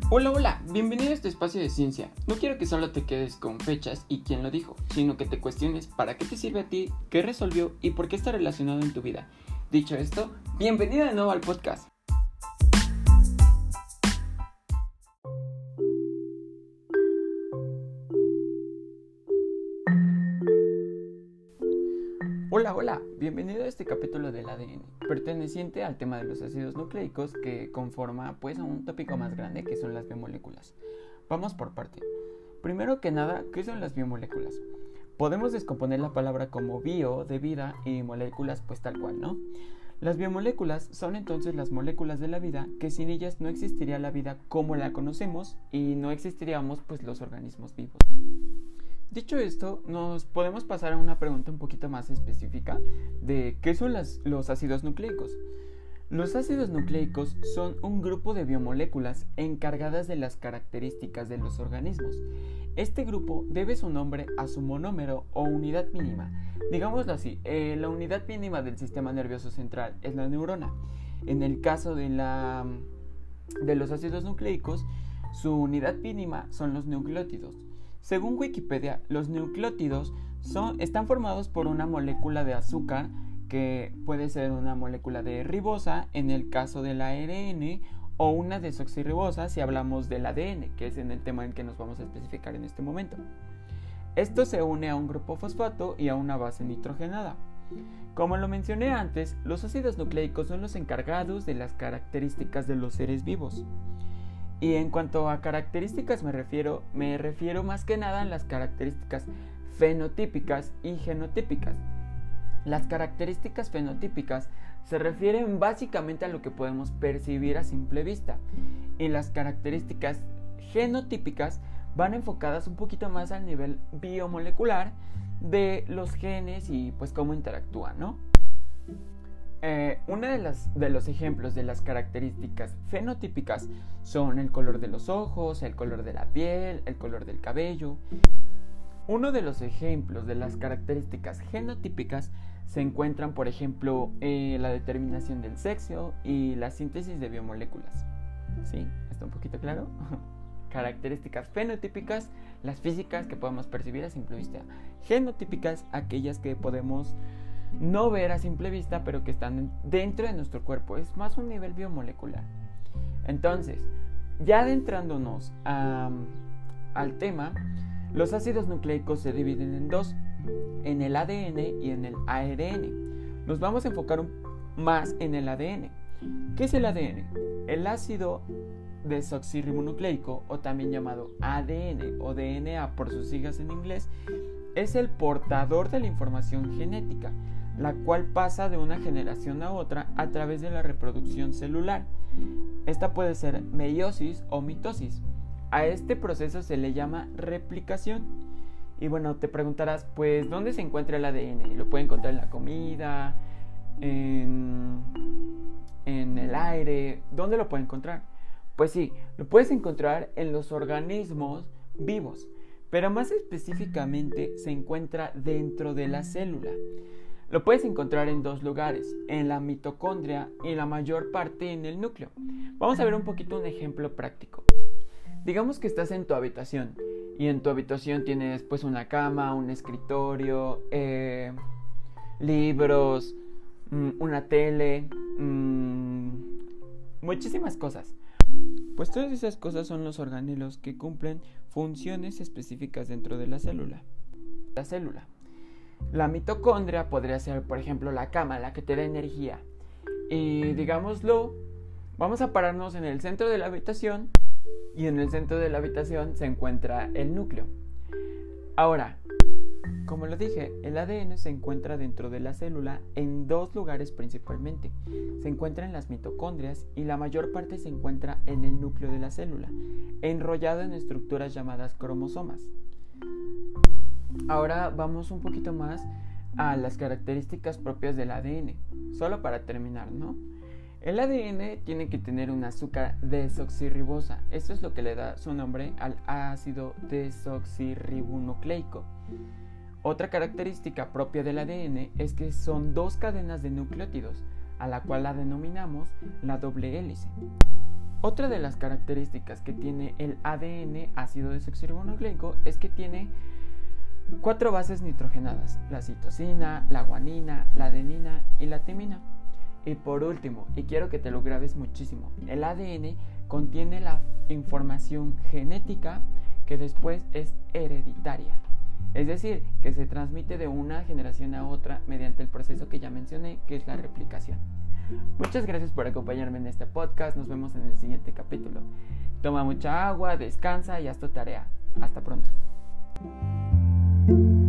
Hola, hola, bienvenido a este espacio de ciencia. No quiero que solo te quedes con fechas y quién lo dijo, sino que te cuestiones para qué te sirve a ti, qué resolvió y por qué está relacionado en tu vida. Dicho esto, bienvenido de nuevo al podcast. Hola, bienvenido a este capítulo del ADN, perteneciente al tema de los ácidos nucleicos que conforma pues un tópico más grande que son las biomoléculas. Vamos por parte. Primero que nada, ¿qué son las biomoléculas? Podemos descomponer la palabra como bio, de vida, y moléculas pues tal cual, ¿no? Las biomoléculas son entonces las moléculas de la vida que sin ellas no existiría la vida como la conocemos y no existiríamos pues los organismos vivos. Dicho esto, nos podemos pasar a una pregunta un poquito más específica de ¿qué son los ácidos nucleicos? Los ácidos nucleicos son un grupo de biomoléculas encargadas de las características de los organismos. Este grupo debe su nombre a su monómero o unidad mínima. Digámoslo así, la unidad mínima del sistema nervioso central es la neurona. En el caso de los ácidos nucleicos, su unidad mínima son los nucleótidos. Según Wikipedia, los nucleótidos están formados por una molécula de azúcar, que puede ser una molécula de ribosa en el caso del ARN o una desoxirribosa si hablamos del ADN, que es en el tema en que nos vamos a especificar en este momento. Esto se une a un grupo fosfato y a una base nitrogenada. Como lo mencioné antes, los ácidos nucleicos son los encargados de las características de los seres vivos. Y en cuanto a características me refiero más que nada a las características fenotípicas y genotípicas. Las características fenotípicas se refieren básicamente a lo que podemos percibir a simple vista, y las características genotípicas van enfocadas un poquito más al nivel biomolecular de los genes y pues cómo interactúan, ¿no? Uno de los ejemplos de las características fenotípicas son el color de los ojos, el color de la piel, el color del cabello. Uno de los ejemplos de las características genotípicas se encuentran, por ejemplo, la determinación del sexo y la síntesis de biomoléculas. ¿Sí? ¿Está un poquito claro? Características fenotípicas, las físicas que podemos percibir a simple vista. Genotípicas, aquellas que podemos no ver a simple vista, pero que están dentro de nuestro cuerpo. Es más un nivel biomolecular. Entonces, ya adentrándonos al tema, los ácidos nucleicos se dividen en dos, en el ADN y en el ARN. Nos vamos a enfocar más en el ADN. ¿Qué es el ADN? El ácido desoxirribonucleico, o también llamado ADN o DNA por sus siglas en inglés, es el portador de la información genética, la cual pasa de una generación a otra a través de la reproducción celular. Esta puede ser meiosis o mitosis. A este proceso se le llama replicación. Y bueno, te preguntarás, pues, ¿dónde se encuentra el ADN? ¿Lo puede encontrar en la comida? ¿En el aire? ¿Dónde lo puede encontrar? Pues sí, lo puedes encontrar en los organismos vivos, pero más específicamente se encuentra dentro de la célula. Lo puedes encontrar en dos lugares, en la mitocondria y la mayor parte en el núcleo. Vamos a ver un poquito un ejemplo práctico. Digamos que estás en tu habitación y en tu habitación tienes pues una cama, un escritorio, libros, una tele, muchísimas cosas. Pues todas esas cosas son los organelos que cumplen funciones específicas dentro de la célula. La mitocondria podría ser, por ejemplo, la cama, la que te da energía. Y digámoslo, vamos a pararnos en el centro de la habitación, y en el centro de la habitación se encuentra el núcleo. Ahora, como lo dije, el ADN se encuentra dentro de la célula en dos lugares principalmente. Se encuentra en las mitocondrias y la mayor parte se encuentra en el núcleo de la célula, enrollado en estructuras llamadas cromosomas. Ahora vamos un poquito más a las características propias del ADN, solo para terminar, ¿no? El ADN tiene que tener un azúcar desoxirribosa. Esto es lo que le da su nombre al ácido desoxirribonucleico. Otra característica propia del ADN es que son dos cadenas de nucleótidos, a la cual la denominamos la doble hélice. Otra de las características que tiene el ADN, ácido desoxirribonucleico, es que tiene 4 bases nitrogenadas: la citosina, la guanina, la adenina y la timina. Y por último, y quiero que te lo grabes muchísimo, el ADN contiene la información genética que después es hereditaria. Es decir, que se transmite de una generación a otra mediante el proceso que ya mencioné, que es la replicación. Muchas gracias por acompañarme en este podcast. Nos vemos en el siguiente capítulo. Toma mucha agua, descansa y haz tu tarea. Hasta pronto.